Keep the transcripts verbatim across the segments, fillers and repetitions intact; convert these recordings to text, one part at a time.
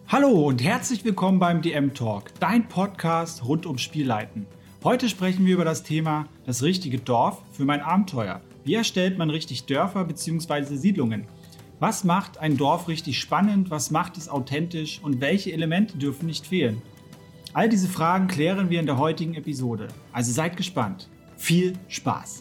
Hallo und herzlich willkommen beim D M Talk, dein Podcast rund ums Spielleiten. Heute sprechen wir über das Thema das richtige Dorf für mein Abenteuer. Wie erstellt man richtig Dörfer bzw. Siedlungen? Was macht ein Dorf richtig spannend? Was macht es authentisch? Und welche Elemente dürfen nicht fehlen? All diese Fragen klären wir in der heutigen Episode. Also seid gespannt. Viel Spaß!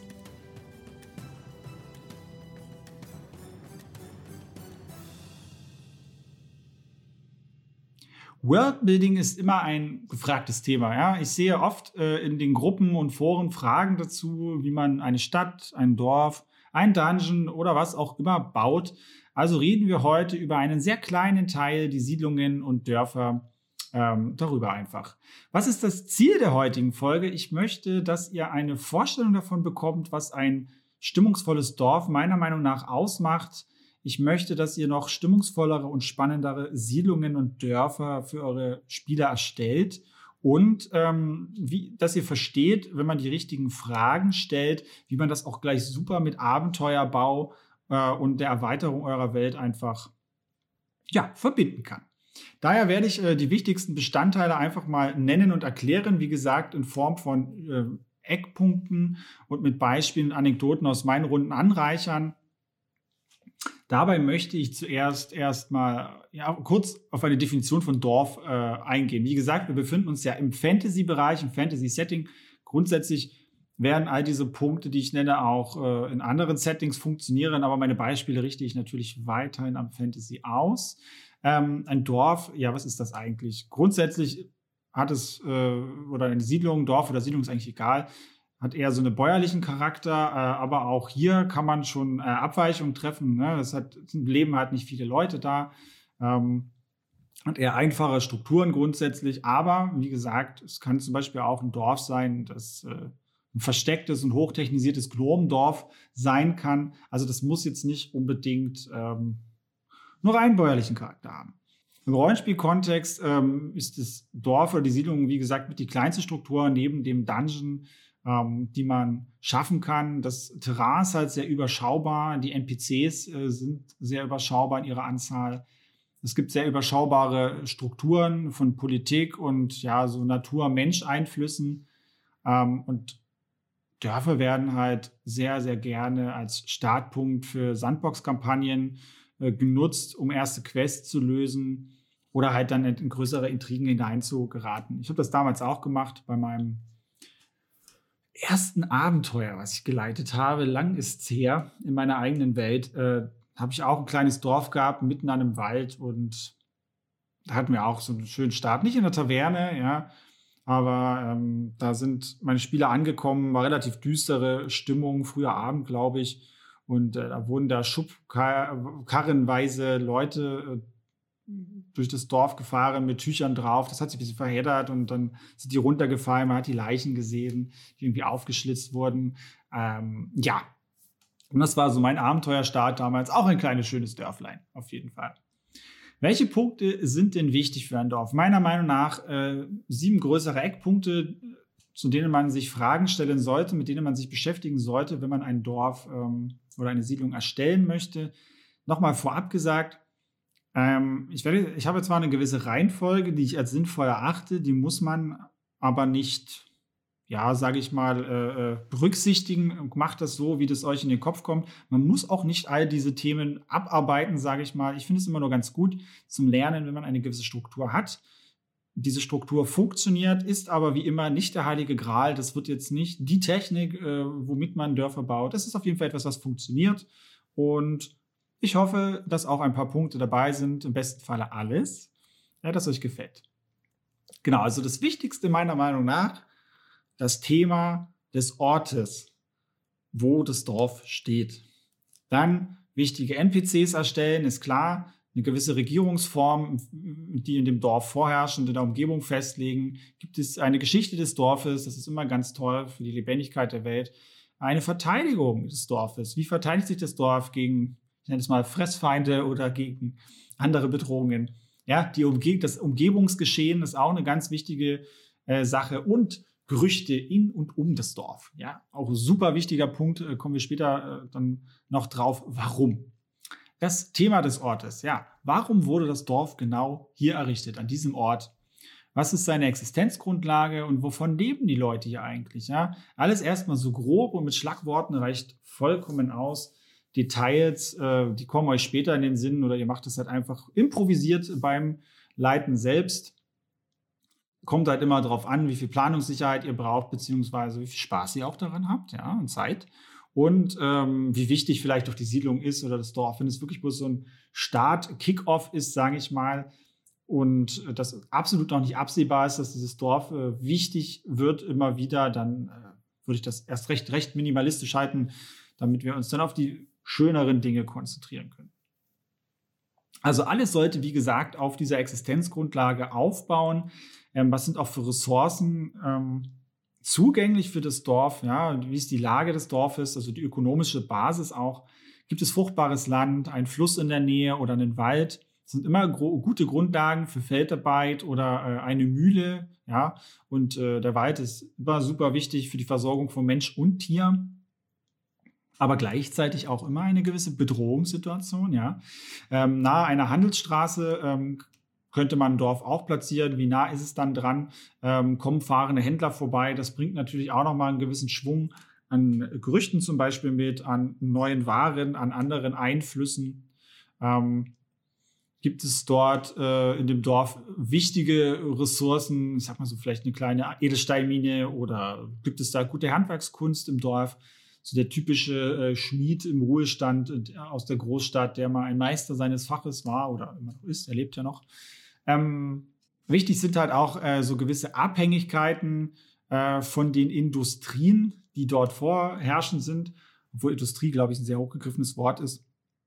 Worldbuilding ist immer ein gefragtes Thema. Ja? Ich sehe oft äh, in den Gruppen und Foren Fragen dazu, wie man eine Stadt, ein Dorf, ein Dungeon oder was auch immer baut. Also reden wir heute über einen sehr kleinen Teil, die Siedlungen und Dörfer, ähm, darüber einfach. Was ist das Ziel der heutigen Folge? Ich möchte, dass ihr eine Vorstellung davon bekommt, was ein stimmungsvolles Dorf meiner Meinung nach ausmacht. Ich möchte, dass ihr noch stimmungsvollere und spannendere Siedlungen und Dörfer für eure Spieler erstellt und ähm, wie, dass ihr versteht, wenn man die richtigen Fragen stellt, wie man das auch gleich super mit Abenteuerbau äh, und der Erweiterung eurer Welt einfach ja, verbinden kann. Daher werde ich äh, die wichtigsten Bestandteile einfach mal nennen und erklären, wie gesagt, in Form von äh, Eckpunkten und mit Beispielen und Anekdoten aus meinen Runden anreichern. Dabei möchte ich zuerst erstmal ja, kurz auf eine Definition von Dorf äh, eingehen. Wie gesagt, wir befinden uns ja im Fantasy-Bereich, im Fantasy-Setting. Grundsätzlich werden all diese Punkte, die ich nenne, auch äh, in anderen Settings funktionieren, aber meine Beispiele richte ich natürlich weiterhin am Fantasy aus. Ähm, ein Dorf, ja, was ist das eigentlich? Grundsätzlich hat es, äh, oder eine Siedlung, Dorf oder Siedlung ist eigentlich egal, hat eher so einen bäuerlichen Charakter, äh, aber auch hier kann man schon äh, Abweichungen treffen. Ne? Das hat, leben halt nicht viele Leute da. Ähm, hat eher einfache Strukturen grundsätzlich. Aber wie gesagt, es kann zum Beispiel auch ein Dorf sein, das äh, ein verstecktes und hochtechnisiertes Gnomendorf sein kann. Also das muss jetzt nicht unbedingt ähm, nur rein bäuerlichen Charakter haben. Im Rollenspielkontext ähm, ist das Dorf oder die Siedlung, wie gesagt, mit die kleinste Struktur neben dem Dungeon, die man schaffen kann. Das Terrain ist halt sehr überschaubar. Die N P Cs äh, sind sehr überschaubar in ihrer Anzahl. Es gibt sehr überschaubare Strukturen von Politik und ja, so Natur-Mensch-Einflüssen. Ähm, und Dörfer werden halt sehr, sehr gerne als Startpunkt für Sandbox-Kampagnen äh, genutzt, um erste Quests zu lösen oder halt dann in größere Intrigen hineinzugeraten. Ich habe das damals auch gemacht bei meinem ersten Abenteuer, was ich geleitet habe, lang ist's her, in meiner eigenen Welt, äh, habe ich auch ein kleines Dorf gehabt, mitten an einem Wald und da hatten wir auch so einen schönen Start. Nicht in der Taverne, ja, aber ähm, da sind meine Spieler angekommen, war relativ düstere Stimmung, früher Abend, glaube ich, und äh, da wurden da schubkarrenweise Leute äh, durch das Dorf gefahren mit Tüchern drauf. Das hat sich ein bisschen verheddert und dann sind die runtergefallen. Man hat die Leichen gesehen, die irgendwie aufgeschlitzt wurden. Ähm, ja, und das war so mein Abenteuerstart damals. Auch ein kleines, schönes Dörflein, auf jeden Fall. Welche Punkte sind denn wichtig für ein Dorf? Meiner Meinung nach äh, sieben größere Eckpunkte, zu denen man sich Fragen stellen sollte, mit denen man sich beschäftigen sollte, wenn man ein Dorf ähm, oder eine Siedlung erstellen möchte. Nochmal vorab gesagt, Ähm, ich, werde, ich habe zwar eine gewisse Reihenfolge, die ich als sinnvoll erachte, die muss man aber nicht, ja, sage ich mal, äh, äh, berücksichtigen. Macht das so, wie das euch in den Kopf kommt. Man muss auch nicht all diese Themen abarbeiten, sage ich mal. Ich finde es immer nur ganz gut zum Lernen, wenn man eine gewisse Struktur hat. Diese Struktur funktioniert, ist aber wie immer nicht der heilige Gral. Das wird jetzt nicht die Technik, äh, womit man Dörfer baut. Das ist auf jeden Fall etwas, was funktioniert. Und ich hoffe, dass auch ein paar Punkte dabei sind, im besten Falle alles, ja, das euch gefällt. Genau, also das Wichtigste meiner Meinung nach, das Thema des Ortes, wo das Dorf steht. Dann wichtige N P Cs erstellen, ist klar, eine gewisse Regierungsform, die in dem Dorf vorherrscht und in der Umgebung festlegen. Gibt es eine Geschichte des Dorfes, das ist immer ganz toll für die Lebendigkeit der Welt. Eine Verteidigung des Dorfes. Wie verteidigt sich das Dorf gegen, ich nenne es mal, Fressfeinde oder gegen andere Bedrohungen? Ja, die Umge- das Umgebungsgeschehen ist auch eine ganz wichtige äh, Sache und Gerüchte in und um das Dorf. Ja, auch ein super wichtiger Punkt, äh, kommen wir später äh, dann noch drauf. Warum? Das Thema des Ortes, ja. Warum wurde das Dorf genau hier errichtet, an diesem Ort? Was ist seine Existenzgrundlage und wovon leben die Leute hier eigentlich? Ja? Alles erstmal so grob und mit Schlagworten reicht vollkommen aus. Details, äh, die kommen euch später in den Sinn oder ihr macht es halt einfach improvisiert beim Leiten selbst. Kommt halt immer darauf an, wie viel Planungssicherheit ihr braucht, beziehungsweise wie viel Spaß ihr auch daran habt, ja, und Zeit. Und ähm, wie wichtig vielleicht auch die Siedlung ist oder das Dorf. Wenn es wirklich bloß so ein Start-Kick-Off ist, sage ich mal, und äh, das absolut noch nicht absehbar ist, dass dieses Dorf äh, wichtig wird immer wieder, dann äh, würde ich das erst recht, recht minimalistisch halten, damit wir uns dann auf die schöneren Dinge konzentrieren können. Also alles sollte, wie gesagt, auf dieser Existenzgrundlage aufbauen. Ähm, was sind auch für Ressourcen ähm, zugänglich für das Dorf? Ja? Wie ist die Lage des Dorfes, also die ökonomische Basis auch? Gibt es fruchtbares Land, einen Fluss in der Nähe oder einen Wald? Das sind immer gro- gute Grundlagen für Feldarbeit oder äh, eine Mühle. Ja? Und äh, der Wald ist immer super wichtig für die Versorgung von Mensch und Tier, aber gleichzeitig auch immer eine gewisse Bedrohungssituation. Ja? Ähm, nahe einer Handelsstraße ähm, könnte man ein Dorf auch platzieren. Wie nah ist es dann dran? Ähm, kommen fahrende Händler vorbei? Das bringt natürlich auch nochmal einen gewissen Schwung an Gerüchten zum Beispiel mit, an neuen Waren, an anderen Einflüssen. Ähm, gibt es dort äh, in dem Dorf wichtige Ressourcen? Ich sag mal so vielleicht eine kleine Edelsteinmine oder gibt es da gute Handwerkskunst im Dorf? So der typische äh, Schmied im Ruhestand äh, aus der Großstadt, der mal ein Meister seines Faches war oder immer noch ist, er lebt ja noch. Ähm, wichtig sind halt auch äh, so gewisse Abhängigkeiten äh, von den Industrien, die dort vorherrschend sind, obwohl Industrie, glaube ich, ein sehr hochgegriffenes Wort ist.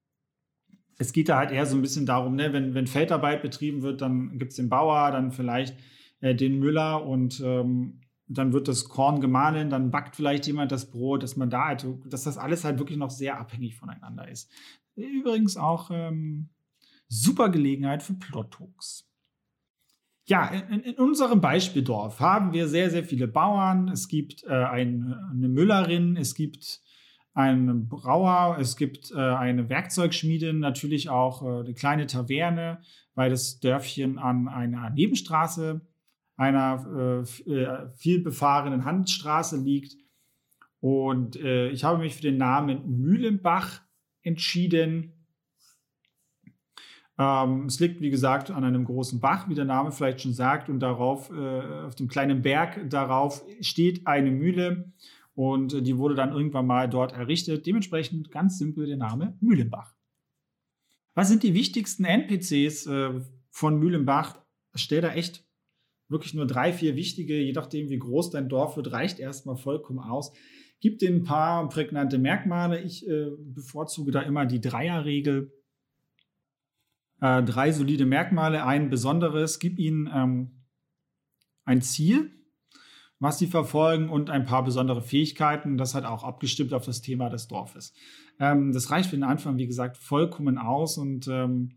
Es geht da halt eher so ein bisschen darum, ne, wenn, wenn Feldarbeit betrieben wird, dann gibt es den Bauer, dann vielleicht äh, den Müller und ähm, dann wird das Korn gemahlen, dann backt vielleicht jemand das Brot, dass man da halt, dass das alles halt wirklich noch sehr abhängig voneinander ist. Übrigens auch ähm, super Gelegenheit für Plot-Hooks. Ja, in, in unserem Beispieldorf haben wir sehr, sehr viele Bauern. Es gibt äh, ein, eine Müllerin, es gibt einen Brauer, es gibt äh, eine Werkzeugschmiedin, natürlich auch äh, eine kleine Taverne, weil das Dörfchen an einer Nebenstraße, einer äh, äh, viel befahrenen Handelsstraße liegt. Und äh, ich habe mich für den Namen Mühlenbach entschieden. Ähm, es liegt, wie gesagt, an einem großen Bach, wie der Name vielleicht schon sagt, und darauf, äh, auf dem kleinen Berg darauf steht eine Mühle und äh, die wurde dann irgendwann mal dort errichtet. Dementsprechend ganz simpel der Name Mühlenbach. Was sind die wichtigsten N P Cs äh, von Mühlenbach? Ich stelle da echt wirklich nur drei, vier wichtige, je nachdem, wie groß dein Dorf wird, reicht erstmal vollkommen aus. Gibt dir ein paar prägnante Merkmale. Ich äh, bevorzuge da immer die Dreierregel. Äh, drei solide Merkmale, ein besonderes, gib ihnen ähm, ein Ziel, was sie verfolgen und ein paar besondere Fähigkeiten, das hat auch abgestimmt auf das Thema des Dorfes. Ähm, das reicht für den Anfang, wie gesagt, vollkommen aus und ähm,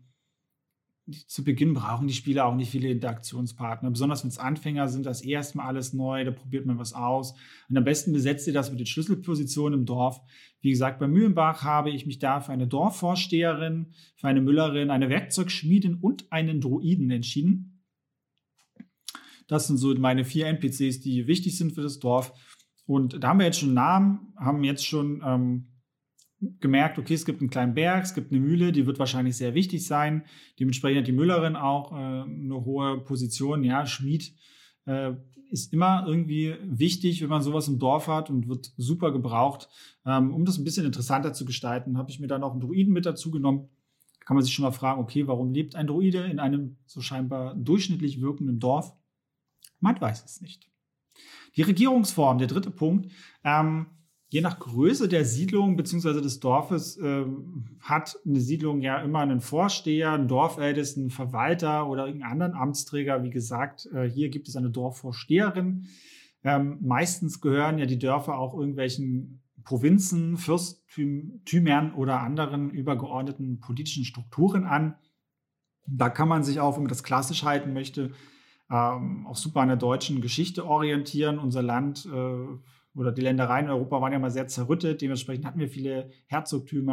zu Beginn brauchen die Spieler auch nicht viele Interaktionspartner, besonders wenn es Anfänger sind, das erstmal alles neu, da probiert man was aus. Und am besten besetzt ihr das mit den Schlüsselpositionen im Dorf. Wie gesagt, bei Mühlenbach habe ich mich da für eine Dorfvorsteherin, für eine Müllerin, eine Werkzeugschmiedin und einen Druiden entschieden. Das sind so meine vier N P Cs, die wichtig sind für das Dorf. Und da haben wir jetzt schon einen Namen, haben jetzt schon ähm, gemerkt, okay, es gibt einen kleinen Berg, es gibt eine Mühle, die wird wahrscheinlich sehr wichtig sein. Dementsprechend hat die Müllerin auch äh, eine hohe Position. Ja, Schmied äh, ist immer irgendwie wichtig, wenn man sowas im Dorf hat und wird super gebraucht. Ähm, um das ein bisschen interessanter zu gestalten, habe ich mir dann noch einen Druiden mit dazu genommen. Da kann man sich schon mal fragen, okay, warum lebt ein Druide in einem so scheinbar durchschnittlich wirkenden Dorf? Man weiß es nicht. Die Regierungsform, der dritte Punkt, ähm, je nach Größe der Siedlung bzw. des Dorfes äh, hat eine Siedlung ja immer einen Vorsteher, einen Dorfältesten, einen Verwalter oder irgendeinen anderen Amtsträger. Wie gesagt, äh, hier gibt es eine Dorfvorsteherin. Ähm, meistens gehören ja die Dörfer auch irgendwelchen Provinzen, Fürstümern oder anderen übergeordneten politischen Strukturen an. Da kann man sich auch, wenn man das klassisch halten möchte, ähm, auch super an der deutschen Geschichte orientieren. Unser Land äh, oder die Ländereien in Europa waren ja mal sehr zerrüttet. Dementsprechend hatten wir viele Herzogtümer,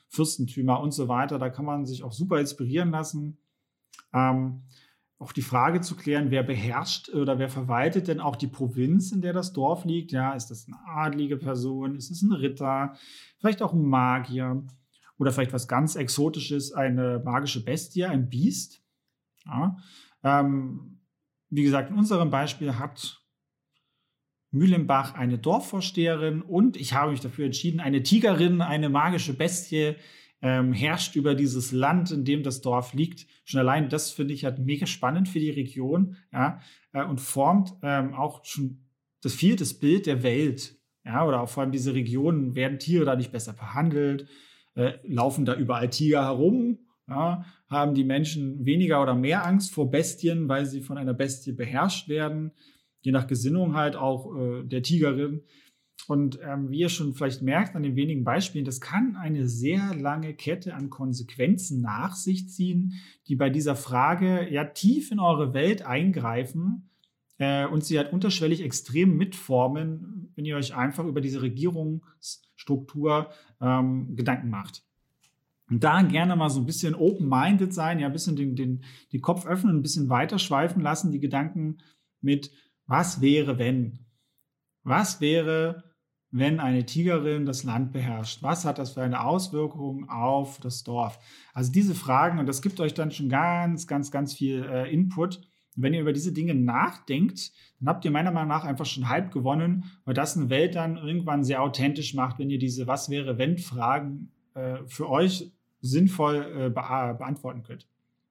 Fürstentümer und so weiter. Da kann man sich auch super inspirieren lassen. Ähm, auch die Frage zu klären, wer beherrscht oder wer verwaltet denn auch die Provinz, in der das Dorf liegt. Ja, ist das eine adlige Person? Ist es ein Ritter? Vielleicht auch ein Magier? Oder vielleicht was ganz Exotisches, eine magische Bestie, ein Biest? Ja. Ähm, wie gesagt, in unserem Beispiel hat Mühlenbach eine Dorfvorsteherin und ich habe mich dafür entschieden, eine Tigerin, eine magische Bestie, ähm, herrscht über dieses Land, in dem das Dorf liegt. Schon allein das finde ich halt mega spannend für die Region, ja, äh, und formt ähm, auch schon das vierte Bild der Welt. Ja, oder auch vor allem diese Regionen, werden Tiere da nicht besser behandelt, äh, laufen da überall Tiger herum, ja, haben die Menschen weniger oder mehr Angst vor Bestien, weil sie von einer Bestie beherrscht werden, je nach Gesinnung halt auch äh, der Tigerin. Und ähm, wie ihr schon vielleicht merkt an den wenigen Beispielen, das kann eine sehr lange Kette an Konsequenzen nach sich ziehen, die bei dieser Frage ja tief in eure Welt eingreifen äh, und sie halt unterschwellig extrem mitformen, wenn ihr euch einfach über diese Regierungsstruktur ähm, Gedanken macht. Und da gerne mal so ein bisschen open-minded sein, ja, ein bisschen den, den, den Kopf öffnen, ein bisschen weiterschweifen lassen, die Gedanken mit, was wäre, wenn? Was wäre, wenn eine Tigerin das Land beherrscht? Was hat das für eine Auswirkung auf das Dorf? Also diese Fragen, und das gibt euch dann schon ganz, ganz, ganz viel äh, Input. Und wenn ihr über diese Dinge nachdenkt, dann habt ihr meiner Meinung nach einfach schon halb gewonnen, weil das eine Welt dann irgendwann sehr authentisch macht, wenn ihr diese Was wäre, wenn Fragen äh, für euch sinnvoll äh, be- beantworten könnt.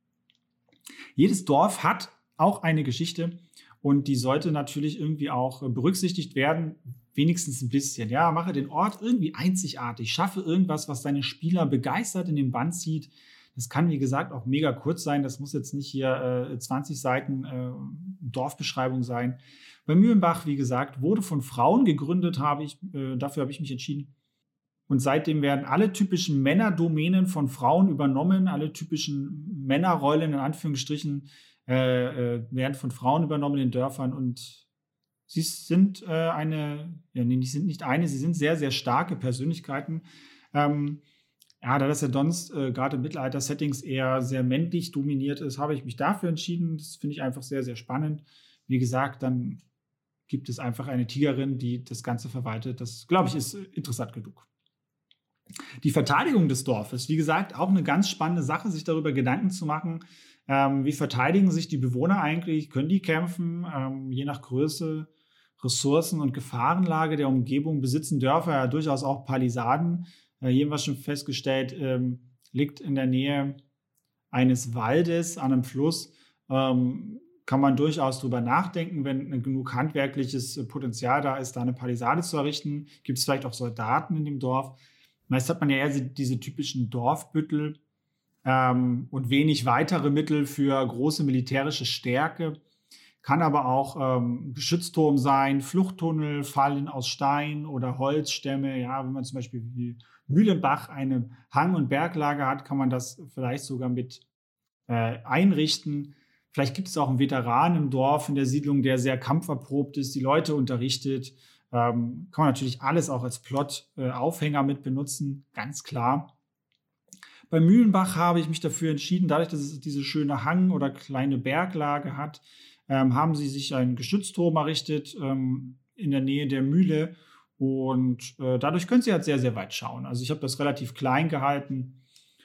Jedes Dorf hat auch eine Geschichte und die sollte natürlich irgendwie auch äh, berücksichtigt werden, wenigstens ein bisschen. Ja, mache den Ort irgendwie einzigartig, schaffe irgendwas, was deine Spieler begeistert in den Bann zieht. Das kann, wie gesagt, auch mega kurz sein. Das muss jetzt nicht hier äh, zwanzig Seiten äh, Dorfbeschreibung sein. Bei Mühlenbach, wie gesagt, wurde von Frauen gegründet, habe ich, äh, dafür habe ich mich entschieden. Und seitdem werden alle typischen Männerdomänen von Frauen übernommen, alle typischen Männerrollen in Anführungsstrichen äh, äh, werden von Frauen übernommen in den Dörfern und sie sind äh, eine, ja, nee, die sind nicht eine, sie sind sehr, sehr starke Persönlichkeiten. Ähm, ja, da das ja sonst äh, gerade in Mittelalter-Settings eher sehr männlich dominiert ist, habe ich mich dafür entschieden. Das finde ich einfach sehr, sehr spannend. Wie gesagt, dann gibt es einfach eine Tigerin, die das Ganze verwaltet. Das, glaube ich, ist äh, interessant genug. Die Verteidigung des Dorfes, wie gesagt, auch eine ganz spannende Sache, sich darüber Gedanken zu machen. Ähm, wie verteidigen sich die Bewohner eigentlich? Können die kämpfen? Ähm, je nach Größe, Ressourcen und Gefahrenlage der Umgebung besitzen Dörfer ja durchaus auch Palisaden. Äh, hier haben wir schon festgestellt, ähm, liegt in der Nähe eines Waldes an einem Fluss. Ähm, kann man durchaus drüber nachdenken, wenn genug handwerkliches Potenzial da ist, da eine Palisade zu errichten. Gibt es vielleicht auch Soldaten in dem Dorf? Meist hat man ja eher diese typischen Dorfbüttel ähm, und wenig weitere Mittel für große militärische Stärke. Kann aber auch ähm, Geschützturm sein, Fluchttunnel, Fallen aus Stein oder Holzstämme. Ja, wenn man zum Beispiel wie Mühlenbach eine Hang- und Berglage hat, kann man das vielleicht sogar mit äh, einrichten. Vielleicht gibt es auch einen Veteran im Dorf, in der Siedlung, der sehr kampferprobt ist, die Leute unterrichtet. Ähm, kann man natürlich alles auch als Plot-Aufhänger äh, mit benutzen, ganz klar. Bei Mühlenbach habe ich mich dafür entschieden, dadurch, dass es diese schöne Hang- oder kleine Berglage hat, ähm, haben sie sich einen Geschützturm errichtet ähm, in der Nähe der Mühle und äh, dadurch können sie halt sehr, sehr weit schauen. Also ich habe das relativ klein gehalten,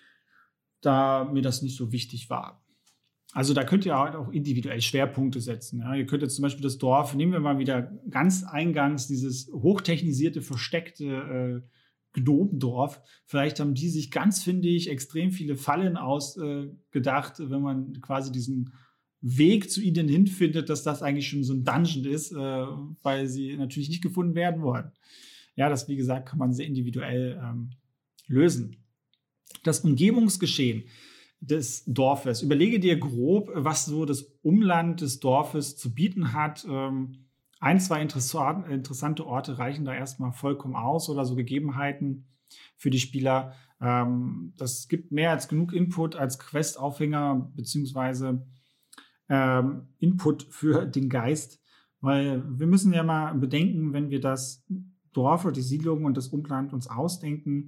da mir das nicht so wichtig war. Also da könnt ihr halt auch individuell Schwerpunkte setzen. Ja. Ihr könnt jetzt zum Beispiel das Dorf, nehmen wir mal wieder ganz eingangs dieses hochtechnisierte, versteckte äh, Gnobendorf. Vielleicht haben die sich ganz, finde ich, extrem viele Fallen ausgedacht, äh, wenn man quasi diesen Weg zu ihnen hinfindet, dass das eigentlich schon so ein Dungeon ist, äh, weil sie natürlich nicht gefunden werden wollen. Ja, das, wie gesagt, kann man sehr individuell ähm, lösen. Das Umgebungsgeschehen des Dorfes. Überlege dir grob, was so das Umland des Dorfes zu bieten hat. Ähm, ein, zwei interessante Orte reichen da erstmal vollkommen aus oder so Gegebenheiten für die Spieler. Ähm, das gibt mehr als genug Input als Quest-Aufhänger beziehungsweise ähm, Input für den Geist, weil wir müssen ja mal bedenken, wenn wir das Dorf oder die Siedlung und das Umland uns ausdenken,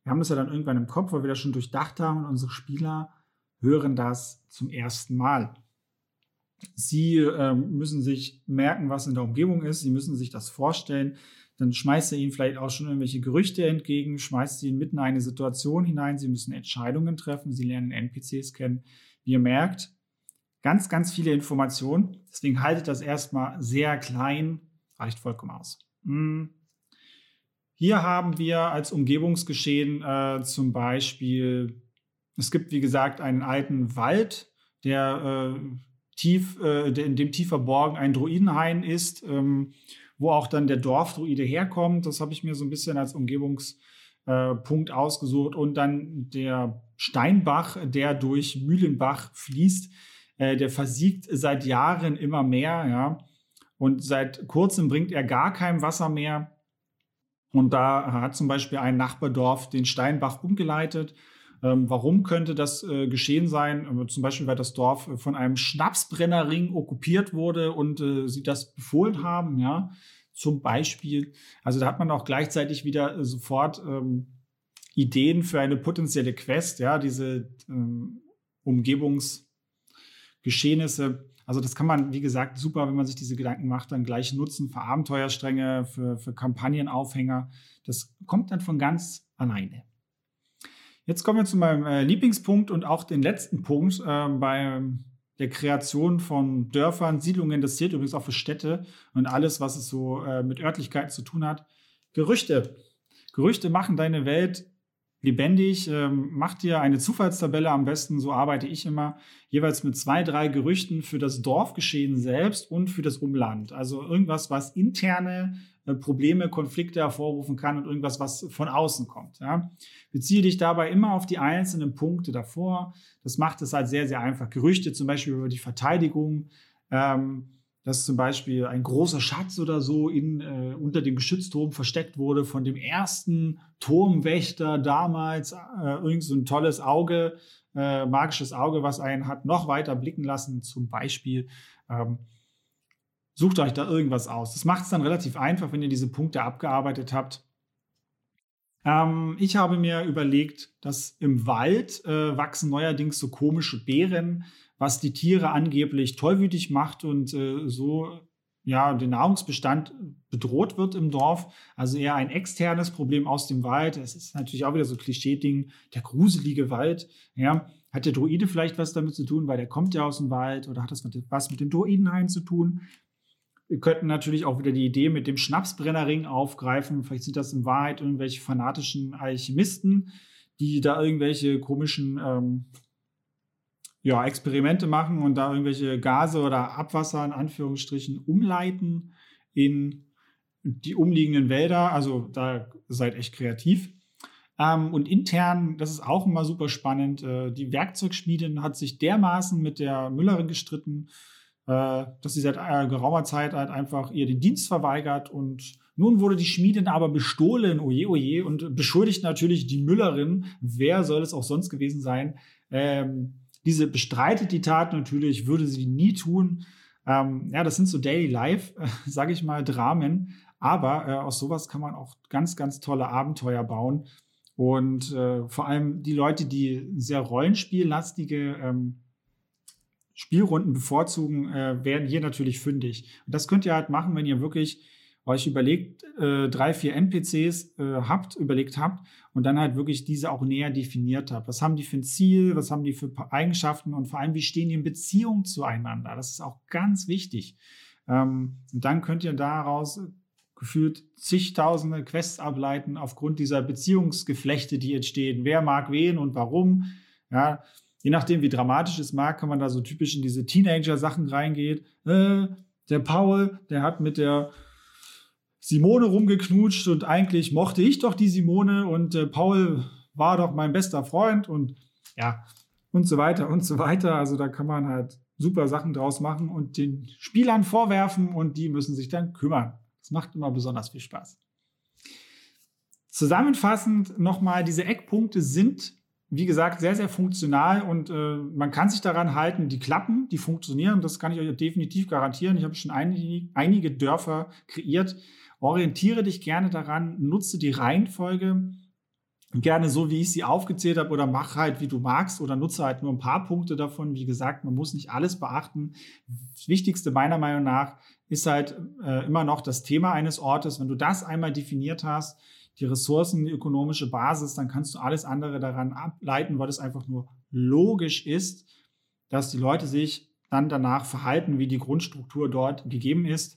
wir haben das ja dann irgendwann im Kopf, weil wir das schon durchdacht haben und unsere Spieler hören das zum ersten Mal. Sie ähm, müssen sich merken, was in der Umgebung ist. Sie müssen sich das vorstellen. Dann schmeißt er ihnen vielleicht auch schon irgendwelche Gerüchte entgegen, schmeißt sie mitten in eine Situation hinein. Sie müssen Entscheidungen treffen. Sie lernen N P Cs kennen. Wie ihr merkt, ganz, ganz viele Informationen. Deswegen haltet das erstmal sehr klein. Reicht vollkommen aus. Hm. Hier haben wir als Umgebungsgeschehen äh, zum Beispiel, es gibt wie gesagt einen alten Wald, der äh, tief, äh, in dem tief verborgen ein Druidenhain ist, ähm, wo auch dann der Dorfdruide herkommt. Das habe ich mir so ein bisschen als Umgebungspunkt äh, ausgesucht. Und dann der Steinbach, der durch Mühlenbach fließt, äh, der versiegt seit Jahren immer mehr. Ja? Und seit kurzem bringt er gar kein Wasser mehr. Und da hat zum Beispiel ein Nachbardorf den Steinbach umgeleitet. Ähm, warum könnte das äh, geschehen sein? Ähm, zum Beispiel, weil das Dorf äh, von einem Schnapsbrennerring okkupiert wurde und äh, sie das befohlen haben, ja, zum Beispiel. Also da hat man auch gleichzeitig wieder äh, sofort ähm, Ideen für eine potenzielle Quest, ja, diese ähm, Umgebungsgeschehnisse. Also das kann man, wie gesagt, super, wenn man sich diese Gedanken macht, dann gleich nutzen für Abenteuerstränge, für, für Kampagnenaufhänger. Das kommt dann von ganz alleine. Jetzt kommen wir zu meinem äh, Lieblingspunkt und auch den letzten Punkt äh, bei der Kreation von Dörfern, Siedlungen. Das zählt übrigens auch für Städte und alles, was es so äh, mit Örtlichkeiten zu tun hat. Gerüchte. Gerüchte machen deine Welt lebendig. Ähm, mach dir eine Zufallstabelle am besten, so arbeite ich immer, jeweils mit zwei, drei Gerüchten für das Dorfgeschehen selbst und für das Umland. Also irgendwas, was interne äh, Probleme, Konflikte hervorrufen kann und irgendwas, was von außen kommt. Ja? Beziehe dich dabei immer auf die einzelnen Punkte davor. Das macht es halt sehr, sehr einfach. Gerüchte zum Beispiel über die Verteidigung, ähm, dass zum Beispiel ein großer Schatz oder so in, äh, unter dem Geschützturm versteckt wurde von dem ersten Turmwächter damals. Äh, irgend so ein tolles Auge, äh, magisches Auge, was einen hat noch weiter blicken lassen. Zum Beispiel ähm, sucht euch da irgendwas aus. Das macht es dann relativ einfach, wenn ihr diese Punkte abgearbeitet habt. Ähm, ich habe mir überlegt, dass im Wald äh, wachsen neuerdings so komische Beeren, was die Tiere angeblich tollwütig macht und äh, so ja, der Nahrungsbestand bedroht wird im Dorf. Also eher ein externes Problem aus dem Wald. Es ist natürlich auch wieder so ein Klischee-Ding, der gruselige Wald. Ja. Hat der Druide vielleicht was damit zu tun, weil der kommt ja aus dem Wald, oder hat das was mit dem Druidenhain zu tun? Wir könnten natürlich auch wieder die Idee mit dem Schnapsbrennerring aufgreifen. Vielleicht sind das in Wahrheit irgendwelche fanatischen Alchemisten, die da irgendwelche komischen ähm, ja, Experimente machen und da irgendwelche Gase oder Abwasser in Anführungsstrichen umleiten in die umliegenden Wälder. Also da seid echt kreativ. Ähm, und intern, das ist auch immer super spannend, äh, die Werkzeugschmiedin hat sich dermaßen mit der Müllerin gestritten, äh, dass sie seit äh, geraumer Zeit halt einfach ihr den Dienst verweigert. Und nun wurde die Schmiedin aber bestohlen, oje, oje, und beschuldigt natürlich die Müllerin, wer soll es auch sonst gewesen sein, ähm, diese bestreitet die Tat natürlich, würde sie nie tun. Ähm, ja, das sind so Daily Life, äh, sage ich mal, Dramen. Aber äh, aus sowas kann man auch ganz, ganz tolle Abenteuer bauen. Und äh, vor allem die Leute, die sehr rollenspiellastige ähm, Spielrunden bevorzugen, äh, werden hier natürlich fündig. Und das könnt ihr halt machen, wenn ihr wirklich euch überlegt, äh, drei, vier N P Cs äh, habt, überlegt habt und dann halt wirklich diese auch näher definiert habt. Was haben die für ein Ziel, was haben die für Eigenschaften und vor allem, wie stehen die in Beziehung zueinander? Das ist auch ganz wichtig. Ähm, und dann könnt ihr daraus gefühlt zigtausende Quests ableiten aufgrund dieser Beziehungsgeflechte, die entstehen. Wer mag wen und warum? Ja, je nachdem, wie dramatisch es mag, kann man da so typisch in diese Teenager-Sachen reingehen. Äh, der Paul, der hat mit der Simone rumgeknutscht und eigentlich mochte ich doch die Simone und äh, Paul war doch mein bester Freund und ja, und so weiter und so weiter. Also da kann man halt super Sachen draus machen und den Spielern vorwerfen und die müssen sich dann kümmern. Das macht immer besonders viel Spaß. Zusammenfassend nochmal, diese Eckpunkte sind, wie gesagt, sehr, sehr funktional und äh, man kann sich daran halten, die klappen, die funktionieren. Das kann ich euch definitiv garantieren. Ich habe schon einige, einige Dörfer kreiert. Orientiere dich gerne daran, nutze die Reihenfolge. gerne so, wie ich sie aufgezählt habe, oder mach halt, wie du magst, oder nutze halt nur ein paar Punkte davon. Wie gesagt, man muss nicht alles beachten. Das Wichtigste meiner Meinung nach ist halt äh, immer noch das Thema eines Ortes. Wenn du das einmal definiert hast, die Ressourcen, die ökonomische Basis, dann kannst du alles andere daran ableiten, weil es einfach nur logisch ist, dass die Leute sich dann danach verhalten, wie die Grundstruktur dort gegeben ist.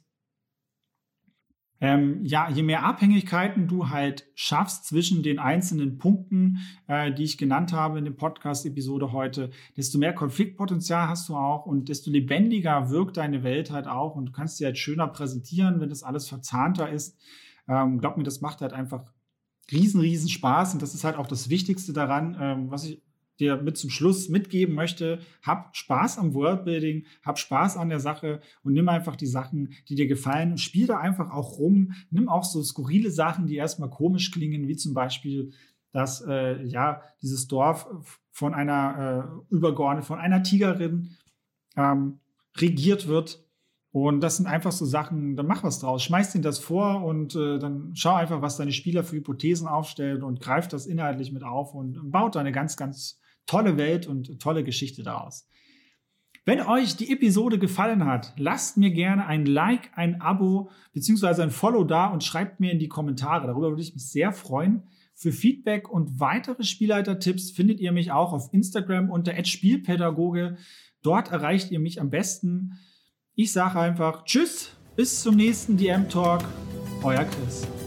Ähm, ja, je mehr Abhängigkeiten du halt schaffst zwischen den einzelnen Punkten, äh, die ich genannt habe in der Podcast-Episode heute, desto mehr Konfliktpotenzial hast du auch und desto lebendiger wirkt deine Welt halt auch und du kannst sie halt schöner präsentieren, wenn das alles verzahnter ist. Ähm, glaub mir, das macht halt einfach riesen, riesen Spaß und das ist halt auch das Wichtigste daran, ähm, was ich dir mit zum Schluss mitgeben möchte. Hab Spaß am Worldbuilding, hab Spaß an der Sache und nimm einfach die Sachen, die dir gefallen und spiel da einfach auch rum. Nimm auch so skurrile Sachen, die erstmal komisch klingen, wie zum Beispiel, dass äh, ja dieses Dorf von einer äh, übergeordnet, von einer Tigerin ähm, regiert wird. Und das sind einfach so Sachen, dann mach was draus. Schmeiß denen das vor und äh, dann schau einfach, was deine Spieler für Hypothesen aufstellen und greif das inhaltlich mit auf und baut da eine ganz, ganz tolle Welt und tolle Geschichte daraus. Wenn euch die Episode gefallen hat, lasst mir gerne ein Like, ein Abo beziehungsweise ein Follow da und schreibt mir in die Kommentare. Darüber würde ich mich sehr freuen. Für Feedback und weitere Spielleiter-Tipps findet ihr mich auch auf Instagram unter at spielpädagoge. Dort erreicht ihr mich am besten. Ich sage einfach Tschüss, bis zum nächsten D M-Talk. Euer Chris.